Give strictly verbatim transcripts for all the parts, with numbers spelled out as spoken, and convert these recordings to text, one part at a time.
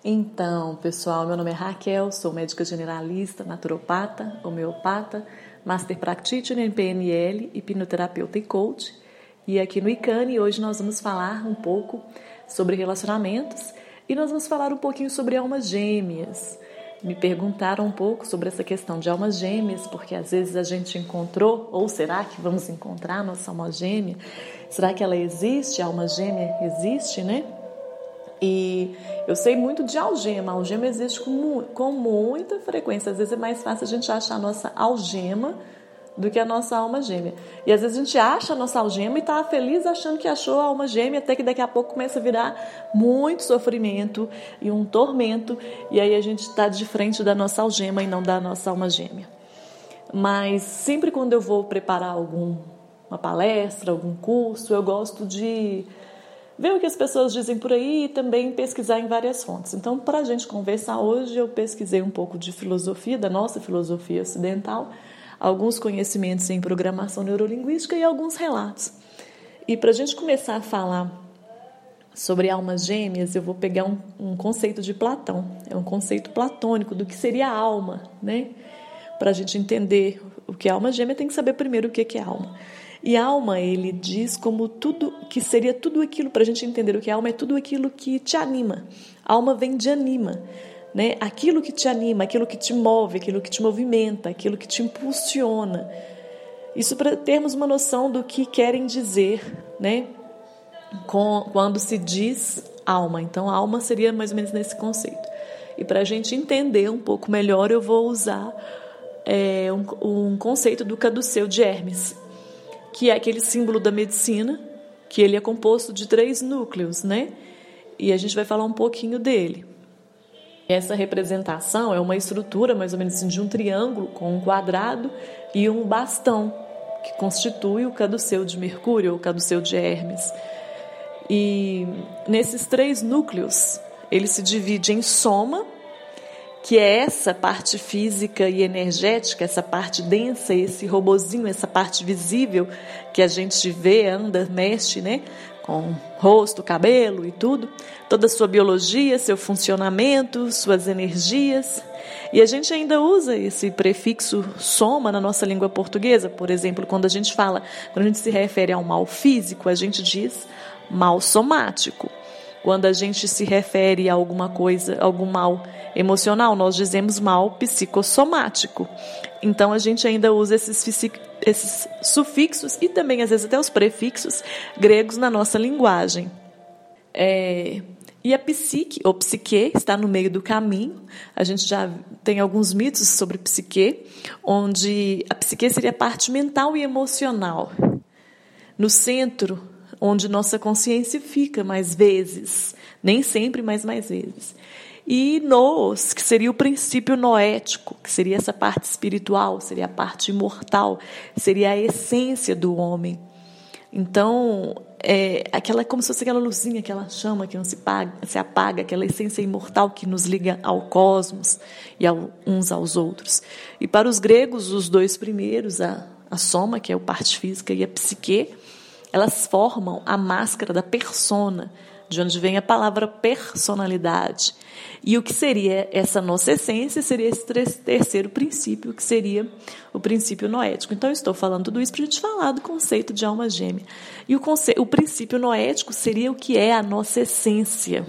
Então, pessoal, meu nome é Raquel, sou médica generalista, naturopata, homeopata, Master Practitioner em P N L, hipnoterapeuta e coach. E aqui no ICANE, hoje nós vamos falar um pouco sobre relacionamentos e nós vamos falar um pouquinho sobre almas gêmeas. Me perguntaram um pouco sobre essa questão de almas gêmeas, porque às vezes a gente encontrou, ou será que vamos encontrar a nossa alma gêmea? Será que ela existe? A alma gêmea existe, né? E eu sei muito de algema. A algema existe com, com muita frequência. Às vezes é mais fácil a gente achar a nossa algema do que a nossa alma gêmea. E às vezes a gente acha a nossa algema e está feliz achando que achou a alma gêmea, até que daqui a pouco começa a virar muito sofrimento e um tormento. E aí a gente está de frente da nossa algema e não da nossa alma gêmea. Mas sempre quando eu vou preparar alguma palestra, algum curso, eu gosto de ver o que as pessoas dizem por aí e também pesquisar em várias fontes. Então, para a gente conversar hoje, eu pesquisei um pouco de filosofia, da nossa filosofia ocidental, alguns conhecimentos em programação neurolinguística e alguns relatos. E para a gente começar a falar sobre almas gêmeas, eu vou pegar um, um conceito de Platão. É um conceito platônico do que seria a alma, né? Para a gente entender o que é alma gêmea, tem que saber primeiro o que é alma. E alma, ele diz como tudo, que seria tudo aquilo, para a gente entender o que é alma, é tudo aquilo que te anima. Alma vem de anima, né? Aquilo que te anima, aquilo que te move, aquilo que te movimenta, aquilo que te impulsiona. Isso para termos uma noção do que querem dizer, né? Com, quando se diz alma. Então, alma seria mais ou menos nesse conceito. E para a gente entender um pouco melhor, eu vou usar é, um, um conceito do caduceu de Hermes, que é aquele símbolo da medicina, que ele é composto de três núcleos, né? E a gente vai falar um pouquinho dele. Essa representação é uma estrutura mais ou menos assim, de um triângulo com um quadrado e um bastão, que constitui o caduceu de Mercúrio, ou o caduceu de Hermes. E nesses três núcleos, ele se divide em soma, que é essa parte física e energética, essa parte densa, esse robozinho, essa parte visível que a gente vê, anda, mexe, né? Com rosto, cabelo e tudo, toda a sua biologia, seu funcionamento, suas energias. E a gente ainda usa esse prefixo soma na nossa língua portuguesa. Por exemplo, quando a gente fala, quando a gente se refere a um mal físico, a gente diz mal somático. Quando a gente se refere a alguma coisa, algum mal emocional, nós dizemos mal psicossomático. Então, a gente ainda usa esses, esses sufixos e também, às vezes, até os prefixos gregos na nossa linguagem. É, e a psique, ou psique, está no meio do caminho. A gente já tem alguns mitos sobre psique, onde a psique seria a parte mental e emocional. No centro, onde nossa consciência fica mais vezes, nem sempre, mas mais vezes. E nos, que seria o princípio noético, que seria essa parte espiritual, seria a parte imortal, seria a essência do homem. Então, é aquela, como se fosse aquela luzinha, aquela chama que não se, paga, se apaga, aquela essência imortal que nos liga ao cosmos e ao, uns aos outros. E para os gregos, os dois primeiros, a, a soma, que é a parte física, e a psique, elas formam a máscara da persona, de onde vem a palavra personalidade. E o que seria essa nossa essência seria esse terceiro princípio, que seria o princípio noético. Então, eu estou falando tudo isso para a gente falar do conceito de alma gêmea. E o, conce... o princípio noético seria o que é a nossa essência.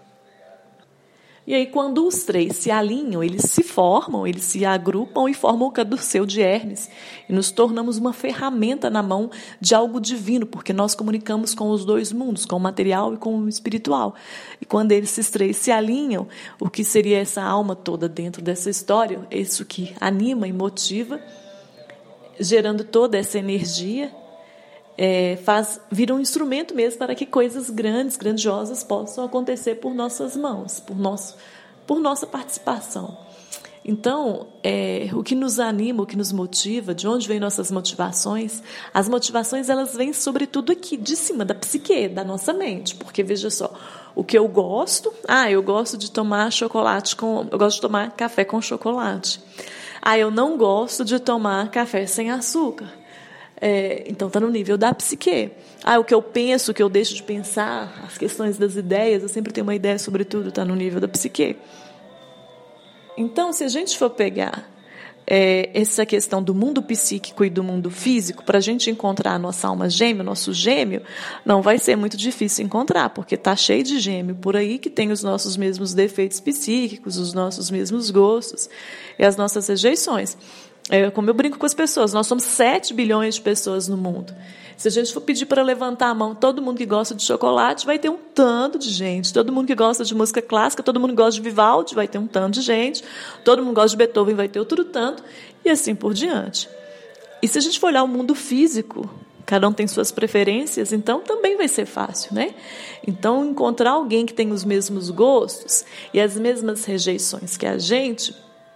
E aí, quando os três se alinham, eles se formam, eles se agrupam e formam o caduceu de Hermes. E nos tornamos uma ferramenta na mão de algo divino, porque nós comunicamos com os dois mundos, com o material e com o espiritual. E quando esses três se alinham, o que seria essa alma toda dentro dessa história, isso que anima e motiva, gerando toda essa energia, É, faz, vira um instrumento mesmo para que coisas grandes, grandiosas possam acontecer por nossas mãos, por, nosso, por nossa participação. Então, é, o que nos anima, o que nos motiva, de onde vêm nossas motivações? As motivações, elas vêm sobretudo aqui, de cima da psique, da nossa mente, porque veja só, o que eu gosto, ah, eu gosto de tomar chocolate com, eu gosto de tomar café com chocolate. Ah, eu não gosto de tomar café sem açúcar. É, então está no nível da psique. Ah, o que eu penso, o que eu deixo de pensar, as questões das ideias, eu sempre tenho uma ideia sobre tudo, está no nível da psique. Então, se a gente for pegar é, essa questão do mundo psíquico e do mundo físico, para a gente encontrar a nossa alma gêmea, nosso gêmeo, não vai ser muito difícil encontrar, porque está cheio de gêmeo por aí que tem os nossos mesmos defeitos psíquicos, os nossos mesmos gostos e as nossas rejeições. É, como eu brinco com as pessoas, nós somos sete bilhões de pessoas no mundo. Se a gente for pedir para levantar a mão, todo mundo que gosta de chocolate, vai ter um tanto de gente. Todo mundo que gosta de música clássica, todo mundo que gosta de Vivaldi, vai ter um tanto de gente. Todo mundo que gosta de Beethoven, vai ter outro tanto. E assim por diante. E se a gente for olhar o mundo físico, cada um tem suas preferências, então também vai ser fácil, né? Então, encontrar alguém que tem os mesmos gostos e as mesmas rejeições que a gente,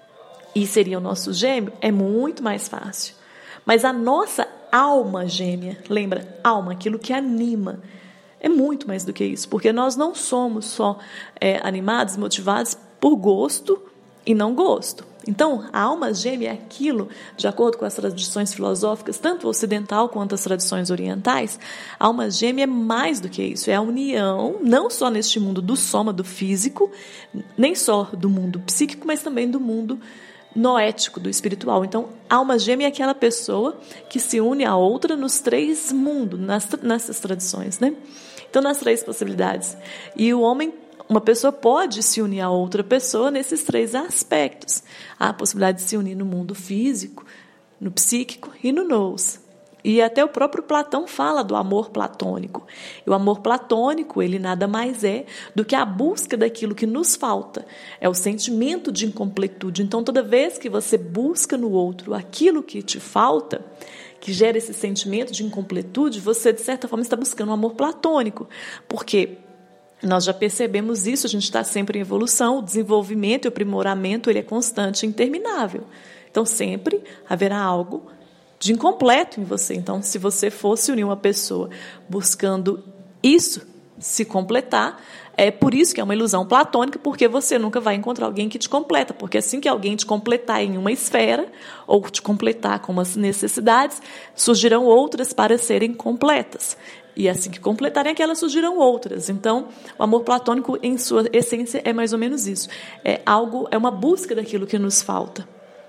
e seria o nosso gêmeo, é muito mais fácil. Mas a nossa alma gêmea, lembra? Alma, aquilo que anima, é muito mais do que isso, porque nós não somos só é, animados, motivados por gosto e não gosto. Então, a alma gêmea é aquilo, de acordo com as tradições filosóficas, tanto ocidental quanto as tradições orientais, a alma gêmea é mais do que isso, é a união, não só neste mundo do soma, do físico, nem só do mundo psíquico, mas também do mundo noético, do espiritual. Então, a alma gêmea é aquela pessoa que se une a outra nos três mundos, nas, nessas tradições, né? Então, nas três possibilidades. E o homem, uma pessoa pode se unir a outra pessoa nesses três aspectos. Há a possibilidade de se unir no mundo físico, no psíquico e no nous. E até o próprio Platão fala do amor platônico. E o amor platônico, ele nada mais é do que a busca daquilo que nos falta. É o sentimento de incompletude. Então, toda vez que você busca no outro aquilo que te falta, que gera esse sentimento de incompletude, você, de certa forma, está buscando um amor platônico. Porque nós já percebemos isso, a gente está sempre em evolução, o desenvolvimento e o aprimoramento, ele é constante e interminável. Então, sempre haverá algo de incompleto em você. Então, se você fosse unir uma pessoa buscando isso se completar, é por isso que é uma ilusão platônica, porque você nunca vai encontrar alguém que te completa, porque assim que alguém te completar em uma esfera, ou te completar com umas necessidades, surgirão outras para serem completas. E assim que completarem aquelas, surgirão outras. Então, o amor platônico, em sua essência, é mais ou menos isso. É algo, é uma busca daquilo que nos falta.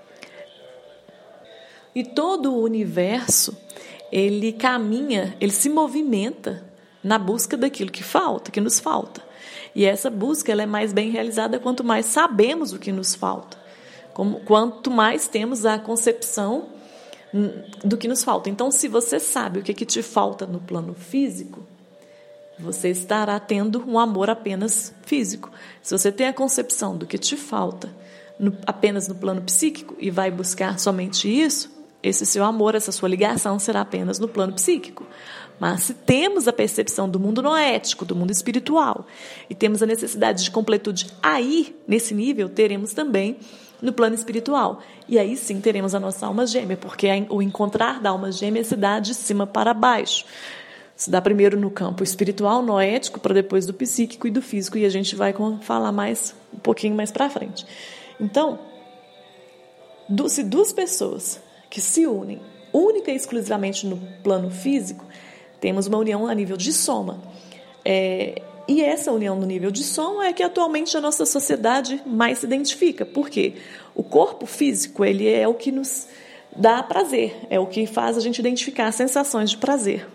E todo o universo, ele caminha, ele se movimenta na busca daquilo que falta, que nos falta. E essa busca ela é mais bem realizada quanto mais sabemos o que nos falta. Como, quanto mais temos a concepção do que nos falta. Então, se você sabe o que, que te falta no plano físico, você estará tendo um amor apenas físico. Se você tem a concepção do que te falta no, apenas no plano psíquico e vai buscar somente isso, esse seu amor, essa sua ligação será apenas no plano psíquico. Mas se temos a percepção do mundo noético, do mundo espiritual, e temos a necessidade de completude aí, nesse nível, teremos também no plano espiritual. E aí sim teremos a nossa alma gêmea, porque o encontrar da alma gêmea se dá de cima para baixo. Se dá primeiro no campo espiritual, noético, para depois do psíquico e do físico, e a gente vai falar mais um pouquinho mais para frente. Então, se duas pessoas que se unem única e exclusivamente no plano físico, temos uma união a nível de soma. É, e essa união no nível de soma é que atualmente a nossa sociedade mais se identifica. Por quê? O corpo físico ele é o que nos dá prazer, é o que faz a gente identificar sensações de prazer.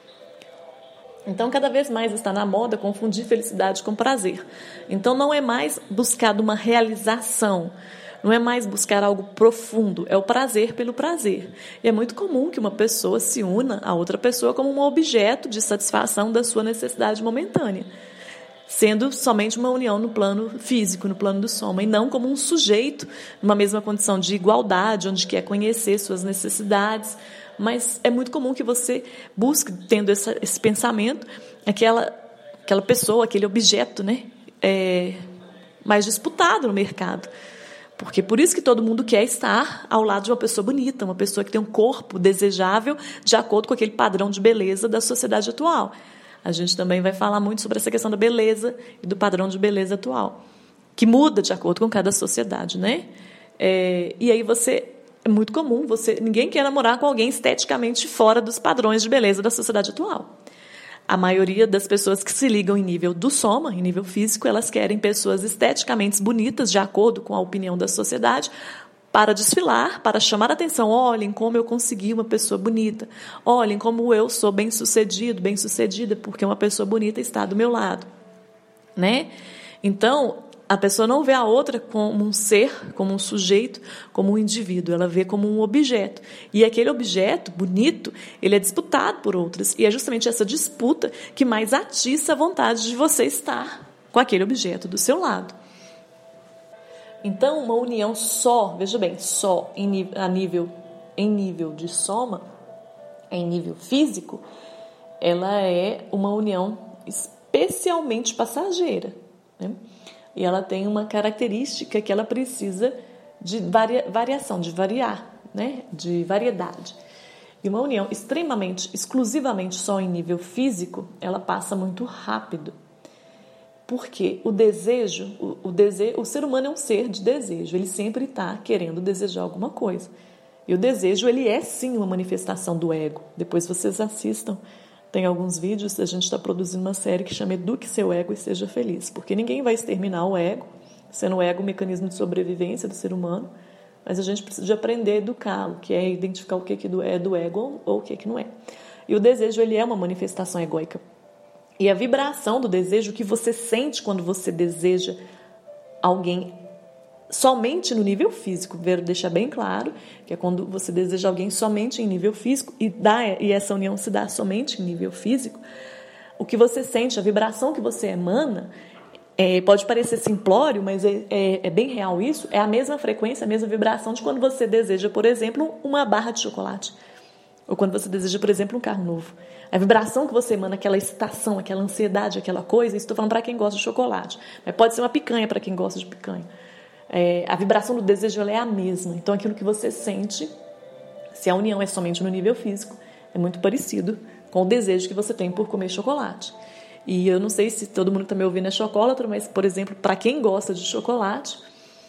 Então, cada vez mais está na moda confundir felicidade com prazer. Então, não é mais buscado uma realização, não é mais buscar algo profundo, é o prazer pelo prazer. E é muito comum que uma pessoa se una a outra pessoa como um objeto de satisfação da sua necessidade momentânea, sendo somente uma união no plano físico, no plano do soma, e não como um sujeito numa mesma condição de igualdade, onde quer conhecer suas necessidades. Mas é muito comum que você busque, tendo essa, esse pensamento, aquela, aquela pessoa, aquele objeto, né, é, mais disputado no mercado. Porque por isso que todo mundo quer estar ao lado de uma pessoa bonita, uma pessoa que tem um corpo desejável de acordo com aquele padrão de beleza da sociedade atual. A gente também vai falar muito sobre essa questão da beleza e do padrão de beleza atual, que muda de acordo com cada sociedade, né? É, e aí você é muito comum, você, ninguém quer namorar com alguém esteticamente fora dos padrões de beleza da sociedade atual. A maioria das pessoas que se ligam em nível do soma, em nível físico, elas querem pessoas esteticamente bonitas, de acordo com a opinião da sociedade, para desfilar, para chamar a atenção. Olhem como eu consegui uma pessoa bonita. Olhem como eu sou bem-sucedido, bem-sucedida, porque uma pessoa bonita está do meu lado. Né? Então, a pessoa não vê a outra como um ser, como um sujeito, como um indivíduo. Ela vê como um objeto. E aquele objeto bonito, ele é disputado por outras. E é justamente essa disputa que mais atiça a vontade de você estar com aquele objeto do seu lado. Então, uma união só, veja bem, só em, a nível, em nível de soma, em nível físico, ela é uma união especialmente passageira, né? E ela tem uma característica que ela precisa de varia, variação, de variar, né? De variedade. E uma união extremamente, exclusivamente só em nível físico, ela passa muito rápido. Porque o desejo, o, o, dese, o ser humano é um ser de desejo, ele sempre está querendo desejar alguma coisa. E o desejo, ele é sim uma manifestação do ego. Depois vocês assistam. Tem alguns vídeos, a gente está produzindo uma série que chama Eduque Seu Ego e Seja Feliz. Porque ninguém vai exterminar o ego, sendo o ego o mecanismo de sobrevivência do ser humano, mas a gente precisa de aprender a educá-lo, que é identificar o que é do ego ou, ou o que não é. E o desejo, ele é uma manifestação egóica. E a vibração do desejo que você sente quando você deseja alguém somente no nível físico, ver, deixar bem claro que é quando você deseja alguém somente em nível físico e, dá, e essa união se dá somente em nível físico, o que você sente, a vibração que você emana, é, pode parecer simplório, mas é, é, é bem real isso, é a mesma frequência, a mesma vibração de quando você deseja, por exemplo, uma barra de chocolate, ou quando você deseja, por exemplo, um carro novo. A vibração que você emana, aquela excitação, aquela ansiedade, aquela coisa, isso estou falando para quem gosta de chocolate, mas pode ser uma picanha para quem gosta de picanha. É, a vibração do desejo, ela é a mesma. Então, aquilo que você sente, se a união é somente no nível físico, é muito parecido com o desejo que você tem por comer chocolate. E eu não sei se todo mundo que está me ouvindo é chocolatra, mas, por exemplo, para quem gosta de chocolate,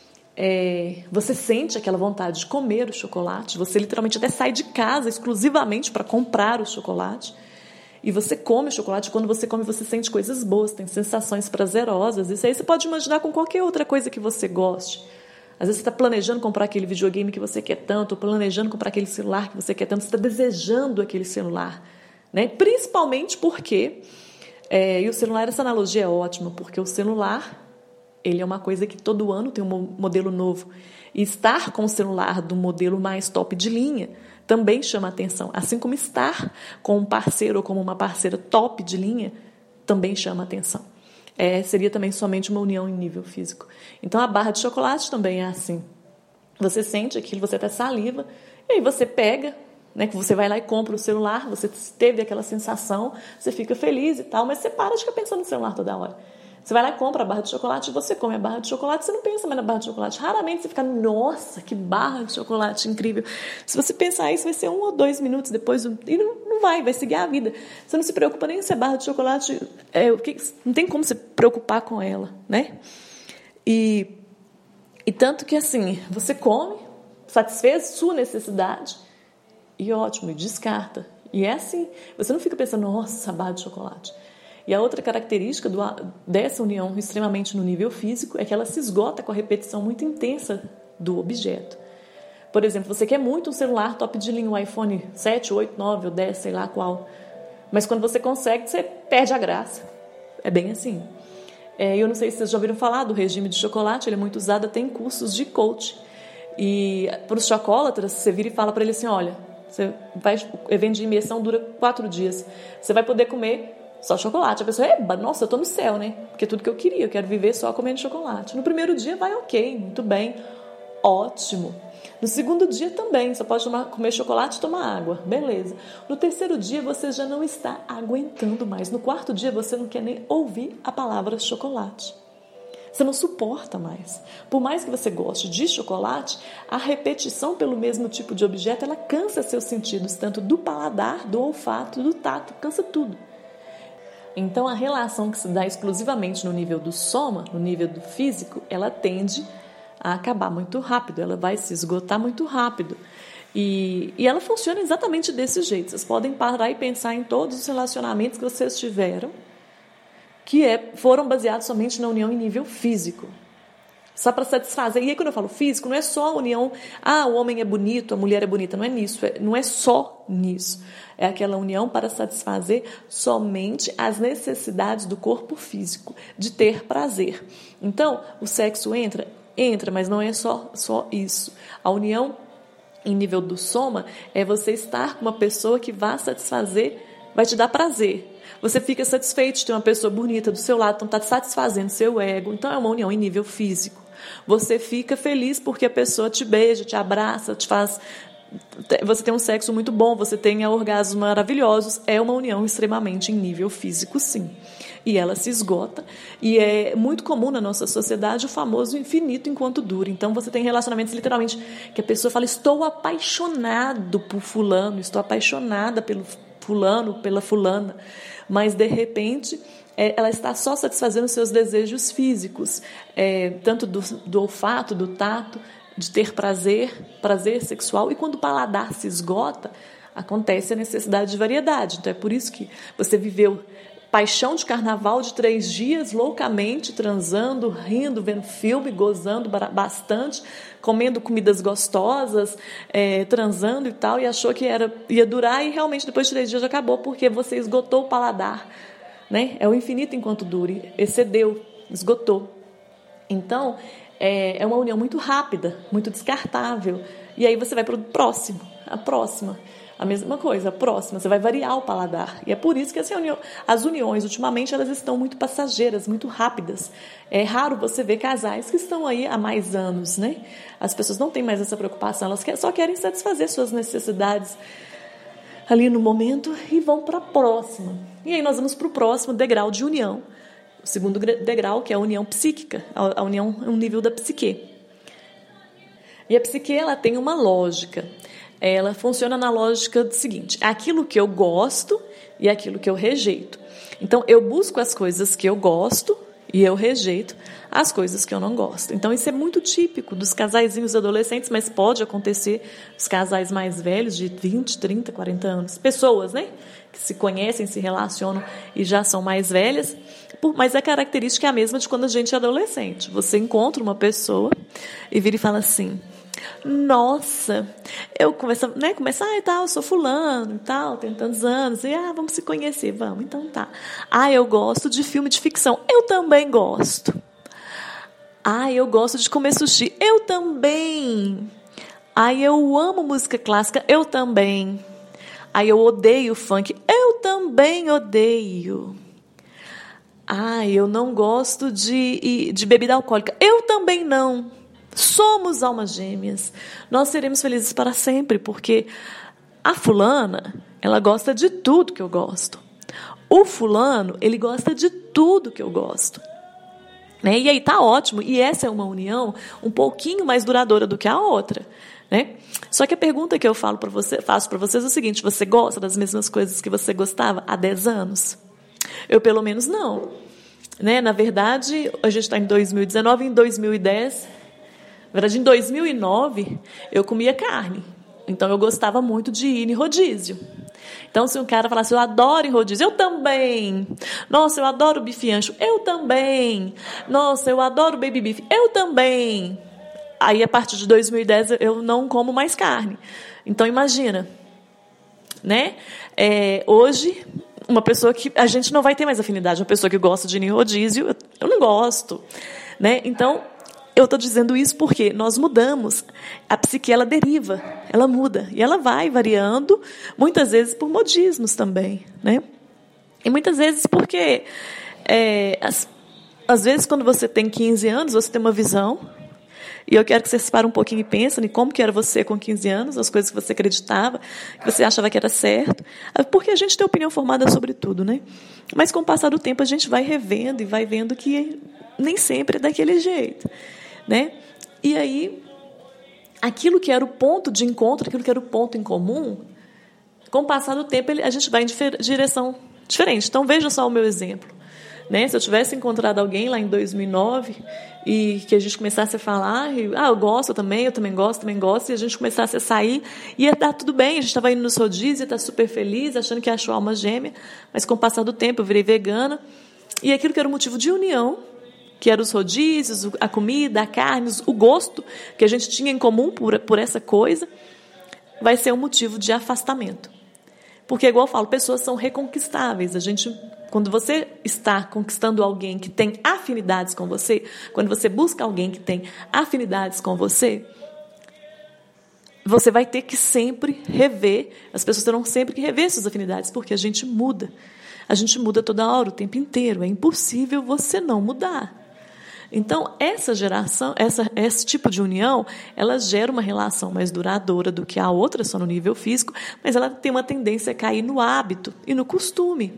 é, você sente aquela vontade de comer o chocolate, você literalmente até sai de casa exclusivamente para comprar o chocolate. E você come o chocolate, quando você come você sente coisas boas, tem sensações prazerosas. Isso aí você pode imaginar com qualquer outra coisa que você goste. Às vezes você está planejando comprar aquele videogame que você quer tanto, ou planejando comprar aquele celular que você quer tanto, você está desejando aquele celular, né? Principalmente porque, é, e o celular, essa analogia é ótima, porque o celular, ele é uma coisa que todo ano tem um modelo novo. E estar com o celular do modelo mais top de linha também chama atenção. Assim como estar com um parceiro ou como uma parceira top de linha também chama atenção. É, seria também somente uma união em nível físico. Então, a barra de chocolate também é assim. Você sente aquilo, você até saliva, e aí você pega, né, que você vai lá e compra o celular, você teve aquela sensação, você fica feliz e tal, mas você para de ficar pensando no celular toda hora. Você vai lá e compra a barra de chocolate, você come a barra de chocolate, você não pensa mais na barra de chocolate. Raramente você fica, nossa, que barra de chocolate incrível. Se você pensar isso, vai ser um ou dois minutos depois, e não, não vai, vai seguir a vida. Você não se preocupa nem se a barra de chocolate, é, não tem como se preocupar com ela, né? E, e tanto que assim, você come, satisfez sua necessidade, e ótimo, e descarta. E é assim, você não fica pensando, nossa, barra de chocolate. E a outra característica do, dessa união extremamente no nível físico é que ela se esgota com a repetição muito intensa do objeto. Por exemplo, você quer muito um celular top de linha, um iPhone sete, oito, nove ou dez, sei lá qual. Mas quando você consegue, você perde a graça. É bem assim. É, eu não sei se vocês já ouviram falar do regime de chocolate, ele é muito usado até em cursos de coach. E para os chocolatras, você vira e fala para ele assim, olha, você vai, o evento de imersão dura quatro dias. Você vai poder comer só chocolate. A pessoa, eba, nossa, eu tô no céu, né? Porque é tudo que eu queria, eu quero viver só comendo chocolate. No primeiro dia vai ok, muito bem, ótimo. No segundo dia também, só pode tomar, comer chocolate e tomar água, beleza. No terceiro dia você já não está aguentando mais. No quarto dia você não quer nem ouvir a palavra chocolate. Você não suporta mais. Por mais que você goste de chocolate, a repetição pelo mesmo tipo de objeto, ela cansa seus sentidos, tanto do paladar, do olfato, do tato, cansa tudo. Então, a relação que se dá exclusivamente no nível do soma, no nível do físico, ela tende a acabar muito rápido, ela vai se esgotar muito rápido. E, e ela funciona exatamente desse jeito. Vocês podem parar e pensar em todos os relacionamentos que vocês tiveram que é, foram baseados somente na união em nível físico. Só para satisfazer. E aí, quando eu falo físico, não é só a união, ah, o homem é bonito, a mulher é bonita. Não é nisso, é, não é só nisso. É aquela união para satisfazer somente as necessidades do corpo físico, de ter prazer. Então, o sexo entra? Entra, mas não é só, só isso. A união em nível do soma é você estar com uma pessoa que vai satisfazer, vai te dar prazer. Você fica satisfeito de ter uma pessoa bonita do seu lado, então está satisfazendo seu ego. Então, é uma união em nível físico. Você fica feliz porque a pessoa te beija, te abraça, te faz... Você tem um sexo muito bom, você tem orgasmos maravilhosos. É uma união extremamente em nível físico, sim. E ela se esgota. E é muito comum na nossa sociedade o famoso infinito enquanto dura. Então, você tem relacionamentos, literalmente, que a pessoa fala, estou apaixonado por fulano, estou apaixonada pelo fulano, pela fulana. Mas, de repente... ela está só satisfazendo seus desejos físicos, é, tanto do, do olfato, do tato, de ter prazer, prazer sexual. E quando o paladar se esgota, acontece a necessidade de variedade. Então, é por isso que você viveu paixão de carnaval de três dias, loucamente, transando, rindo, vendo filme, gozando bastante, comendo comidas gostosas, é, transando e tal, e achou que era, ia durar, e realmente depois de três dias já acabou, porque você esgotou o paladar. Né? É o infinito enquanto dure, excedeu, esgotou. Então, é, é uma união muito rápida, muito descartável. E aí você vai para o próximo, a próxima, a mesma coisa, a próxima, você vai variar o paladar. E é por isso que as, reunião, as uniões, ultimamente, elas estão muito passageiras, muito rápidas. É raro você ver casais que estão aí há mais anos, né? As pessoas não têm mais essa preocupação, elas só querem satisfazer suas necessidades ali no momento e vão para a próxima. E aí nós vamos para o próximo degrau de união. O segundo degrau, que é a união psíquica, a união é um nível da psique. E a psique, ela tem uma lógica. Ela funciona na lógica do seguinte, aquilo que eu gosto e aquilo que eu rejeito. Então, eu busco as coisas que eu gosto e eu rejeito as coisas que eu não gosto. Então, isso é muito típico dos casaizinhos adolescentes, mas pode acontecer dos casais mais velhos, de vinte, trinta, quarenta anos. Pessoas, né, que se conhecem, se relacionam e já são mais velhas, mas a característica é a mesma de quando a gente é adolescente. Você encontra uma pessoa e vira e fala assim, nossa, eu começo, né, começo, ah, e tal, eu sou fulano e tal, tenho tantos anos, e ah, vamos se conhecer, vamos, então tá. Ah, eu gosto de filme de ficção, eu também gosto. Ah, eu gosto de comer sushi, eu também. Ah, eu amo música clássica, eu também. Ah, eu odeio funk, eu também odeio. Ah, eu não gosto de, de bebida alcoólica, eu também não. Somos almas gêmeas. Nós seremos felizes para sempre, porque a fulana, ela gosta de tudo que eu gosto. O fulano, ele gosta de tudo que eu gosto. Né? E aí tá ótimo. E essa é uma união um pouquinho mais duradoura do que a outra. Né? Só que a pergunta que eu falo para você, faço para vocês é o seguinte, você gosta das mesmas coisas que você gostava há dez anos? Eu, pelo menos, não. Né? Na verdade, a gente está em dois mil e dezenove, em dois mil e dez... Na verdade, em dois mil e nove, eu comia carne. Então, eu gostava muito de ir em rodízio. Então, se um cara falasse, eu adoro ir em rodízio, eu também. Nossa, eu adoro bife ancho, eu também. Nossa, eu adoro baby beef, eu também. Aí, a partir de dois mil e dez, eu não como mais carne. Então, imagina. Né? É, hoje, uma pessoa que... A gente não vai ter mais afinidade. Uma pessoa que gosta de ir em rodízio, eu não gosto. Né? Então... Eu estou dizendo isso porque nós mudamos. A psique, ela deriva, ela muda. E ela vai variando, muitas vezes por modismos também. Né? E muitas vezes porque, é, as, às vezes, quando você tem quinze anos, você tem uma visão. E eu quero que você se pare um pouquinho e pense em como que era você com quinze anos, as coisas que você acreditava, que você achava que era certo. Porque a gente tem opinião formada sobre tudo. Né? Mas, com o passar do tempo, a gente vai revendo e vai vendo que nem sempre é daquele jeito. Né? E aí, aquilo que era o ponto de encontro, aquilo que era o ponto em comum, com o passar do tempo, a gente vai em direção diferente. Então, veja só o meu exemplo. Né? Se eu tivesse encontrado alguém lá em dois mil e nove e que a gente começasse a falar, e, ah, eu gosto também, eu também gosto, também gosto, e a gente começasse a sair, ia dar tudo bem, a gente estava indo nos rodízios, ia estar super feliz, achando que achou alma gêmea, mas com o passar do tempo eu virei vegana, e aquilo que era um motivo de união, que eram os rodízios, a comida, a carne, o gosto que a gente tinha em comum por, por essa coisa, vai ser um motivo de afastamento. Porque, igual eu falo, pessoas são reconquistáveis. A gente, quando você está conquistando alguém que tem afinidades com você, quando você busca alguém que tem afinidades com você, você vai ter que sempre rever, as pessoas terão sempre que rever suas afinidades, porque a gente muda. A gente muda toda hora, o tempo inteiro. É impossível você não mudar. Então, essa geração, essa, esse tipo de união, ela gera uma relação mais duradoura do que a outra, só no nível físico, mas ela tem uma tendência a cair no hábito e no costume.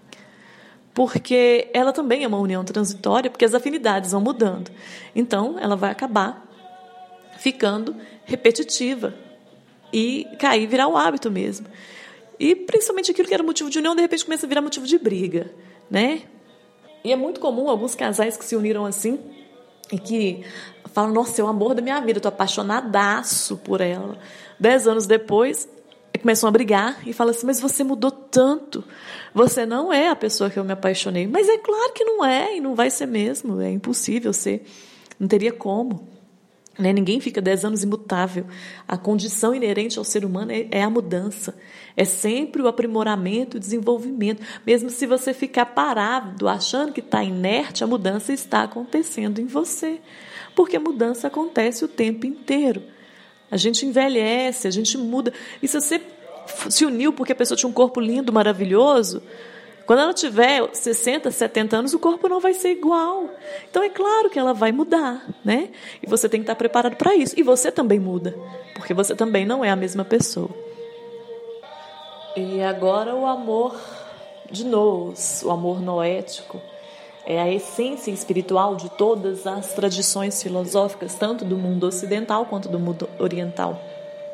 Porque ela também é uma união transitória, porque as afinidades vão mudando. Então, ela vai acabar ficando repetitiva e cair, virar um hábito mesmo. E, principalmente, aquilo que era motivo de união, de repente, começa a virar motivo de briga, né? E é muito comum alguns casais que se uniram assim e que falam, nossa, é o amor da minha vida, estou apaixonadaço por ela. Dez anos depois, começam a brigar e falam assim, mas você mudou tanto, você não é a pessoa que eu me apaixonei. Mas é claro que não é, e não vai ser mesmo, é impossível ser, não teria como. Né? Ninguém fica dez anos imutável. A condição inerente ao ser humano é, é a mudança. É sempre o aprimoramento, o desenvolvimento. Mesmo se você ficar parado, achando que está inerte, a mudança está acontecendo em você. Porque a mudança acontece o tempo inteiro. A gente envelhece, a gente muda. E se você se uniu porque a pessoa tinha um corpo lindo, maravilhoso, quando ela tiver sessenta, setenta anos, o corpo não vai ser igual. Então, é claro que ela vai mudar, né? E você tem que estar preparado para isso. E você também muda, porque você também não é a mesma pessoa. E agora o amor de Nos, o amor noético, é a essência espiritual de todas as tradições filosóficas, tanto do mundo ocidental quanto do mundo oriental.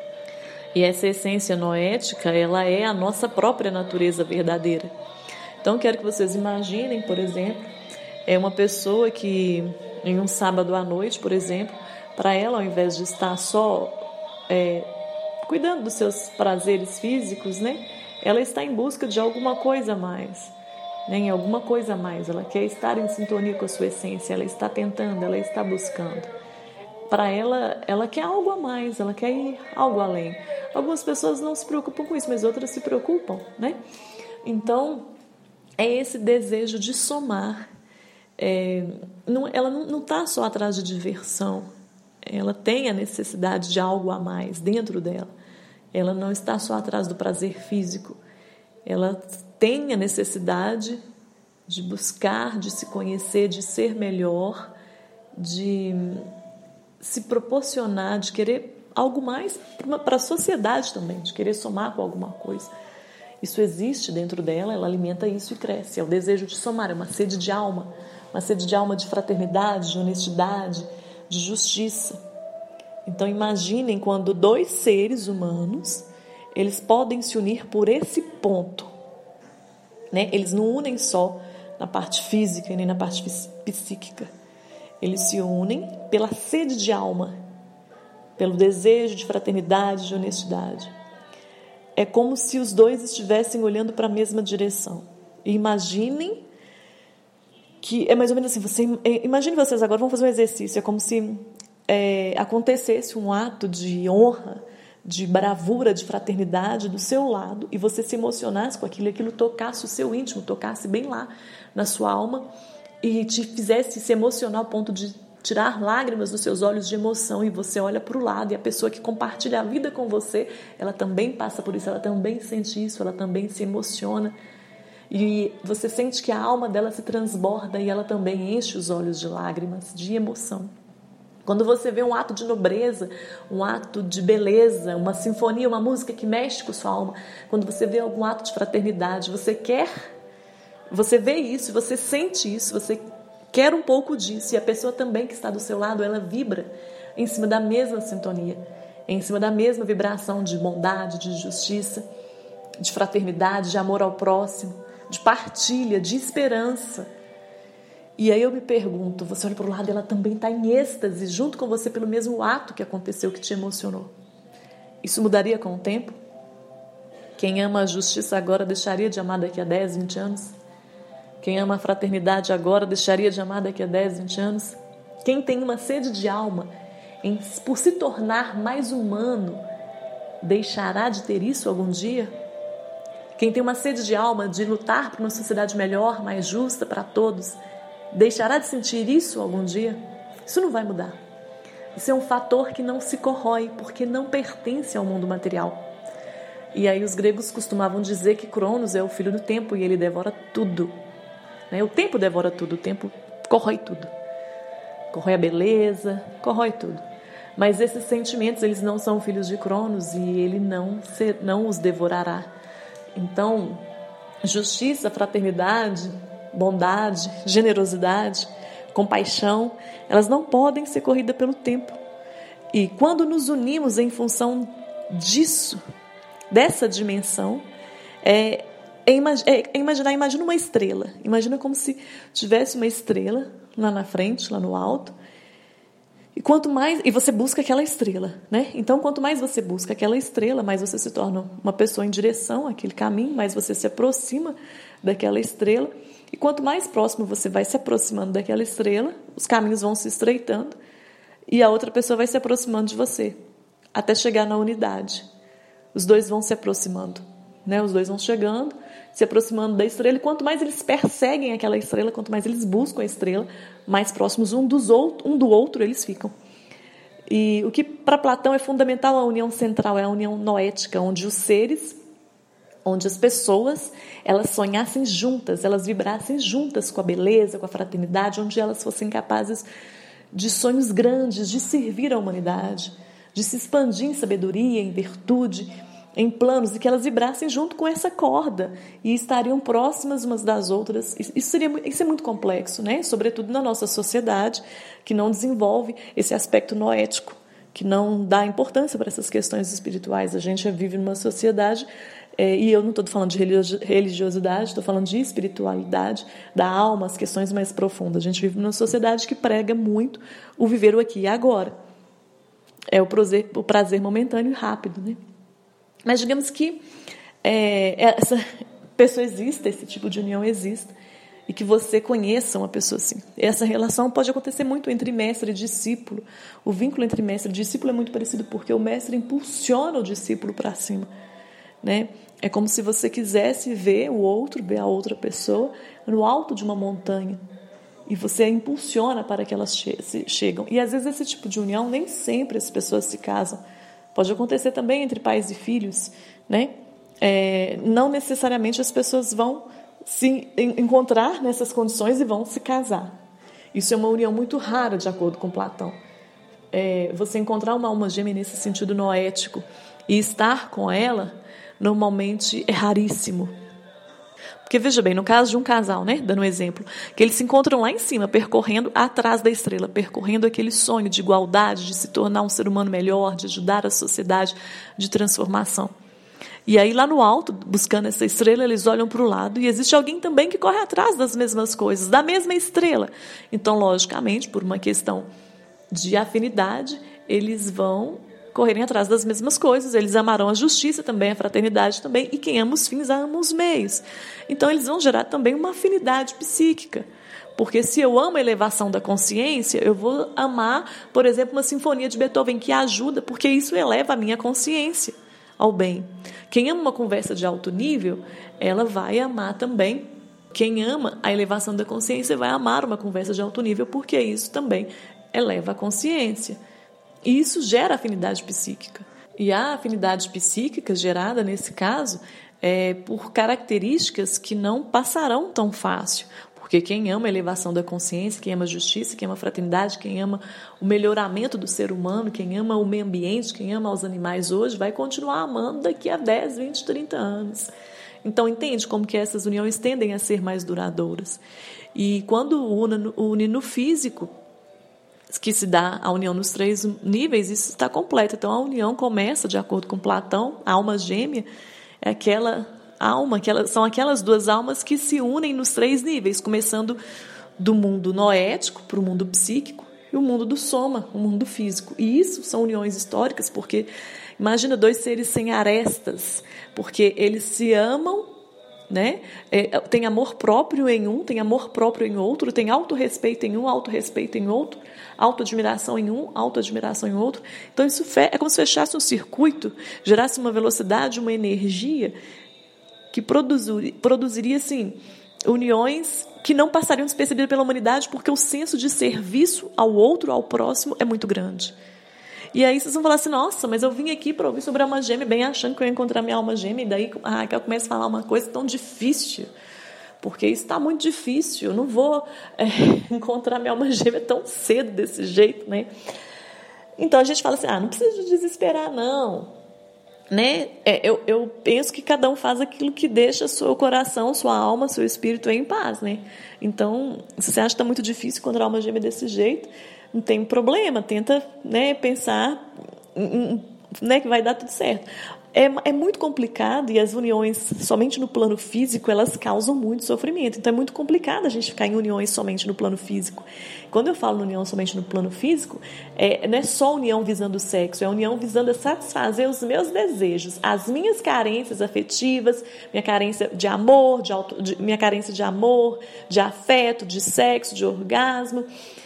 E essa essência noética, ela é a nossa própria natureza verdadeira. Então, quero que vocês imaginem, por exemplo, é uma pessoa que, em um sábado à noite, por exemplo, para ela, ao invés de estar só é, cuidando dos seus prazeres físicos, né, ela está em busca de alguma coisa a mais, né, em alguma coisa a mais. Ela quer estar em sintonia com a sua essência, ela está tentando, ela está buscando. Para ela, ela quer algo a mais, ela quer ir algo além. Algumas pessoas não se preocupam com isso, mas outras se preocupam, né? Então, é esse desejo de somar. É, não, ela não está só atrás de diversão. Ela tem a necessidade de algo a mais dentro dela. Ela não está só atrás do prazer físico. Ela tem a necessidade de buscar, de se conhecer, de ser melhor, de se proporcionar, de querer algo mais para a sociedade também, de querer somar com alguma coisa. Isso existe dentro dela, ela alimenta isso e cresce. É o desejo de somar, é uma sede de alma, uma sede de alma de fraternidade, de honestidade, de justiça. Então, imaginem quando dois seres humanos, eles podem se unir por esse ponto. Né? Eles não unem só na parte física e nem na parte psíquica. Eles se unem pela sede de alma, pelo desejo de fraternidade, de honestidade. É como se os dois estivessem olhando para a mesma direção. E imaginem que... É mais ou menos assim, você, imagine vocês agora, vamos fazer um exercício. É como se é, acontecesse um ato de honra, de bravura, de fraternidade do seu lado, e você se emocionasse com aquilo, e aquilo tocasse o seu íntimo, tocasse bem lá na sua alma, e te fizesse se emocionar ao ponto de tirar lágrimas dos seus olhos de emoção, e você olha para o lado, e a pessoa que compartilha a vida com você, ela também passa por isso, ela também sente isso, ela também se emociona, e você sente que a alma dela se transborda, e ela também enche os olhos de lágrimas, de emoção. Quando você vê um ato de nobreza, um ato de beleza, uma sinfonia, uma música que mexe com a sua alma, quando você vê algum ato de fraternidade, você quer, você vê isso, você sente isso, você quer um pouco disso, e a pessoa também que está do seu lado, ela vibra em cima da mesma sintonia, em cima da mesma vibração de bondade, de justiça, de fraternidade, de amor ao próximo, de partilha, de esperança. E aí eu me pergunto, você olha para o lado, ela também está em êxtase, junto com você pelo mesmo ato que aconteceu, que te emocionou. Isso mudaria com o tempo? Quem ama a justiça agora deixaria de amar daqui a dez, vinte anos? Quem ama a fraternidade agora deixaria de amar daqui a dez, vinte anos? Quem tem uma sede de alma em, por se tornar mais humano, deixará de ter isso algum dia? Quem tem uma sede de alma de lutar por uma sociedade melhor, mais justa para todos, deixará de sentir isso algum dia? Isso não vai mudar. Isso é um fator que não se corrói, porque não pertence ao mundo material. E aí os gregos costumavam dizer que Cronos é o filho do tempo e ele devora tudo. Né? O tempo devora tudo, o tempo corrói tudo. Corrói a beleza, corrói tudo. Mas esses sentimentos, eles não são filhos de Cronos e ele não, se, não os devorará. Então, justiça, fraternidade, bondade, generosidade, compaixão, elas não podem ser corridas pelo tempo. E quando nos unimos em função disso, dessa dimensão, é, é, é imaginar, imagina uma estrela. Imagina como se tivesse uma estrela lá na frente, lá no alto. E quanto mais, e você busca aquela estrela, né? Então, quanto mais você busca aquela estrela, mais você se torna uma pessoa em direção àquele caminho, mais você se aproxima daquela estrela. E quanto mais próximo você vai se aproximando daquela estrela, os caminhos vão se estreitando e a outra pessoa vai se aproximando de você, até chegar na unidade. Os dois vão se aproximando, né? Os dois vão chegando, se aproximando da estrela, e quanto mais eles perseguem aquela estrela, quanto mais eles buscam a estrela, mais próximos um, dos outro, um do outro eles ficam. E o que para Platão é fundamental, a união central, é a união noética, onde os seres, onde as pessoas, elas sonhassem juntas, elas vibrassem juntas com a beleza, com a fraternidade, onde elas fossem capazes de sonhos grandes, de servir à humanidade, de se expandir em sabedoria, em virtude, em planos, e que elas vibrassem junto com essa corda e estariam próximas umas das outras. Isso, seria, isso é muito complexo, né? Sobretudo na nossa sociedade, que não desenvolve esse aspecto noético, que não dá importância para essas questões espirituais. A gente vive numa sociedade, é, e eu não estou falando de religiosidade, estou falando de espiritualidade, da alma, as questões mais profundas. A gente vive numa sociedade que prega muito o viver o aqui e agora. É o prazer, o prazer momentâneo e rápido, né? Mas digamos que é, essa pessoa exista, esse tipo de união exista, e que você conheça uma pessoa assim. Essa relação pode acontecer muito entre mestre e discípulo. O vínculo entre mestre e discípulo é muito parecido, porque o mestre impulsiona o discípulo para cima, né? É como se você quisesse ver o outro, ver a outra pessoa no alto de uma montanha, e você a impulsiona para que elas che- chegam. E às vezes esse tipo de união, nem sempre as pessoas se casam. Pode acontecer também entre pais e filhos, né? É, não necessariamente as pessoas vão se encontrar nessas condições e vão se casar. Isso é uma união muito rara, de acordo com Platão. É, você encontrar uma alma gêmea nesse sentido noético e estar com ela, normalmente é raríssimo. Porque, veja bem, no caso de um casal, né, dando um exemplo, que eles se encontram lá em cima, percorrendo atrás da estrela, percorrendo aquele sonho de igualdade, de se tornar um ser humano melhor, de ajudar a sociedade, de transformação. E aí, lá no alto, buscando essa estrela, eles olham para o lado e existe alguém também que corre atrás das mesmas coisas, da mesma estrela. Então, logicamente, por uma questão de afinidade, eles vão correrem atrás das mesmas coisas, eles amarão a justiça também, a fraternidade também, e quem ama os fins, ama os meios. Então, eles vão gerar também uma afinidade psíquica, porque se eu amo a elevação da consciência, eu vou amar, por exemplo, uma sinfonia de Beethoven que ajuda, porque isso eleva a minha consciência ao bem. Quem ama uma conversa de alto nível, ela vai amar também. Quem ama a elevação da consciência vai amar uma conversa de alto nível, porque isso também eleva a consciência. E isso gera afinidade psíquica. E a afinidade psíquica gerada, nesse caso, é por características que não passarão tão fácil. Porque quem ama a elevação da consciência, quem ama a justiça, quem ama a fraternidade, quem ama o melhoramento do ser humano, quem ama o meio ambiente, quem ama os animais hoje, vai continuar amando daqui a dez, vinte, trinta anos. Então, entende como que essas uniões tendem a ser mais duradouras. E quando une no físico, que se dá a união nos três níveis, isso está completo. Então, a união começa, de acordo com Platão, a alma gêmea é aquela alma, aquela, são aquelas duas almas que se unem nos três níveis, começando do mundo noético para o mundo psíquico e o mundo do soma, o mundo físico. E isso são uniões históricas, porque imagina dois seres sem arestas, porque eles se amam, né? É, tem amor próprio em um, tem amor próprio em outro, tem autorrespeito em um, autorrespeito em outro, autoadmiração em um, autoadmiração em outro. Então isso é como se fechasse um circuito, gerasse uma velocidade, uma energia que produzir, produziria assim, uniões que não passariam despercebidas pela humanidade, porque o senso de serviço ao outro, ao próximo, é muito grande. E aí vocês vão falar assim, nossa, mas eu vim aqui para ouvir sobre a alma gêmea, bem achando que eu ia encontrar minha alma gêmea, e daí a Raquel começa a falar uma coisa tão difícil, porque isso está muito difícil, eu não vou é, encontrar minha alma gêmea tão cedo desse jeito, né? Então a gente fala assim, ah, não precisa desesperar, não. Né? É, eu, eu penso que cada um faz aquilo que deixa seu coração, sua alma, seu espírito em paz, né? Então, se você acha que está muito difícil encontrar alma gêmea desse jeito, não tem problema, tenta, né, pensar, né, que vai dar tudo certo. É, é muito complicado, e as uniões somente no plano físico, elas causam muito sofrimento. Então é muito complicado a gente ficar em uniões somente no plano físico. Quando eu falo união somente no plano físico, é, não é só união visando o sexo, é união visando satisfazer os meus desejos, as minhas carências afetivas, minha carência de amor, de auto, de, minha carência de amor, de afeto, de sexo, de orgasmo,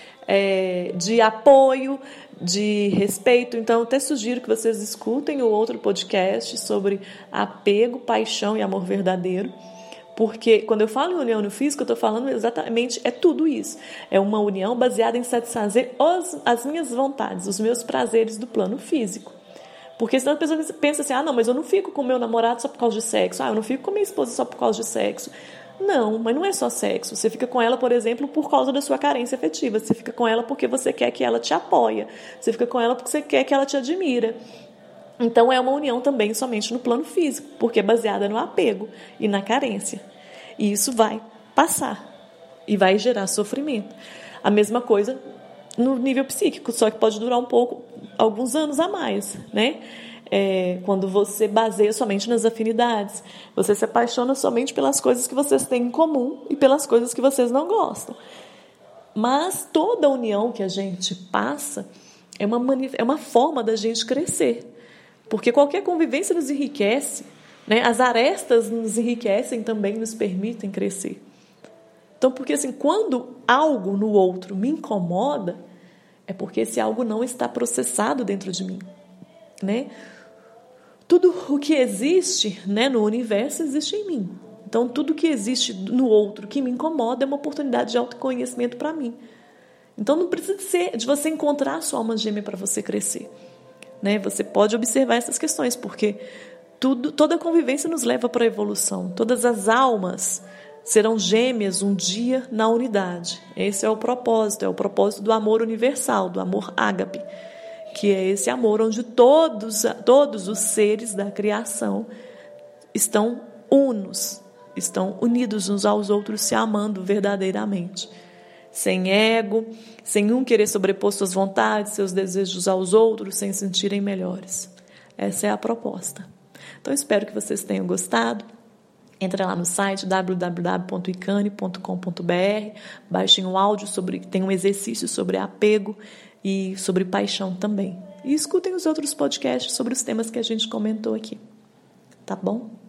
é, de apoio, de respeito. Então, eu até sugiro que vocês escutem o outro podcast sobre apego, paixão e amor verdadeiro, porque quando eu falo em união no físico, eu estou falando exatamente, é tudo isso. É uma união baseada em satisfazer os, as minhas vontades, os meus prazeres do plano físico. Porque senão a pessoa pensa assim, ah, não, mas eu não fico com meu namorado só por causa de sexo, ah, eu não fico com minha esposa só por causa de sexo. Não, mas não é só sexo. Você fica com ela, por exemplo, por causa da sua carência afetiva. Você fica com ela porque você quer que ela te apoie. Você fica com ela porque você quer que ela te admira. Então, é uma união também somente no plano físico, porque é baseada no apego e na carência. E isso vai passar e vai gerar sofrimento. A mesma coisa no nível psíquico, só que pode durar um pouco, alguns anos a mais, né? É, quando você baseia somente nas afinidades, você se apaixona somente pelas coisas que vocês têm em comum e pelas coisas que vocês não gostam. Mas toda união que a gente passa é uma, manif- é uma forma da gente crescer, porque qualquer convivência nos enriquece, né? As arestas nos enriquecem também, nos permitem crescer. Então, porque assim, quando algo no outro me incomoda, é porque esse algo não está processado dentro de mim, né? Tudo o que existe, né, no universo existe em mim. Então, tudo que existe no outro que me incomoda é uma oportunidade de autoconhecimento para mim. Então, não precisa de, ser, de você encontrar a sua alma gêmea para você crescer, né? Você pode observar essas questões, porque tudo, toda convivência nos leva para a evolução. Todas as almas serão gêmeas um dia na unidade. Esse é o propósito, é o propósito do amor universal, do amor ágape, que é esse amor onde todos, todos os seres da criação estão unos, estão unidos uns aos outros, se amando verdadeiramente, sem ego, sem um querer sobrepor suas vontades, seus desejos aos outros, sem se sentirem melhores. Essa é a proposta. Então, espero que vocês tenham gostado. Entra lá no site w w w ponto icane ponto com ponto b r, baixem um áudio, sobre, tem um exercício sobre apego e sobre paixão também. E escutem os outros podcasts sobre os temas que a gente comentou aqui. Tá bom?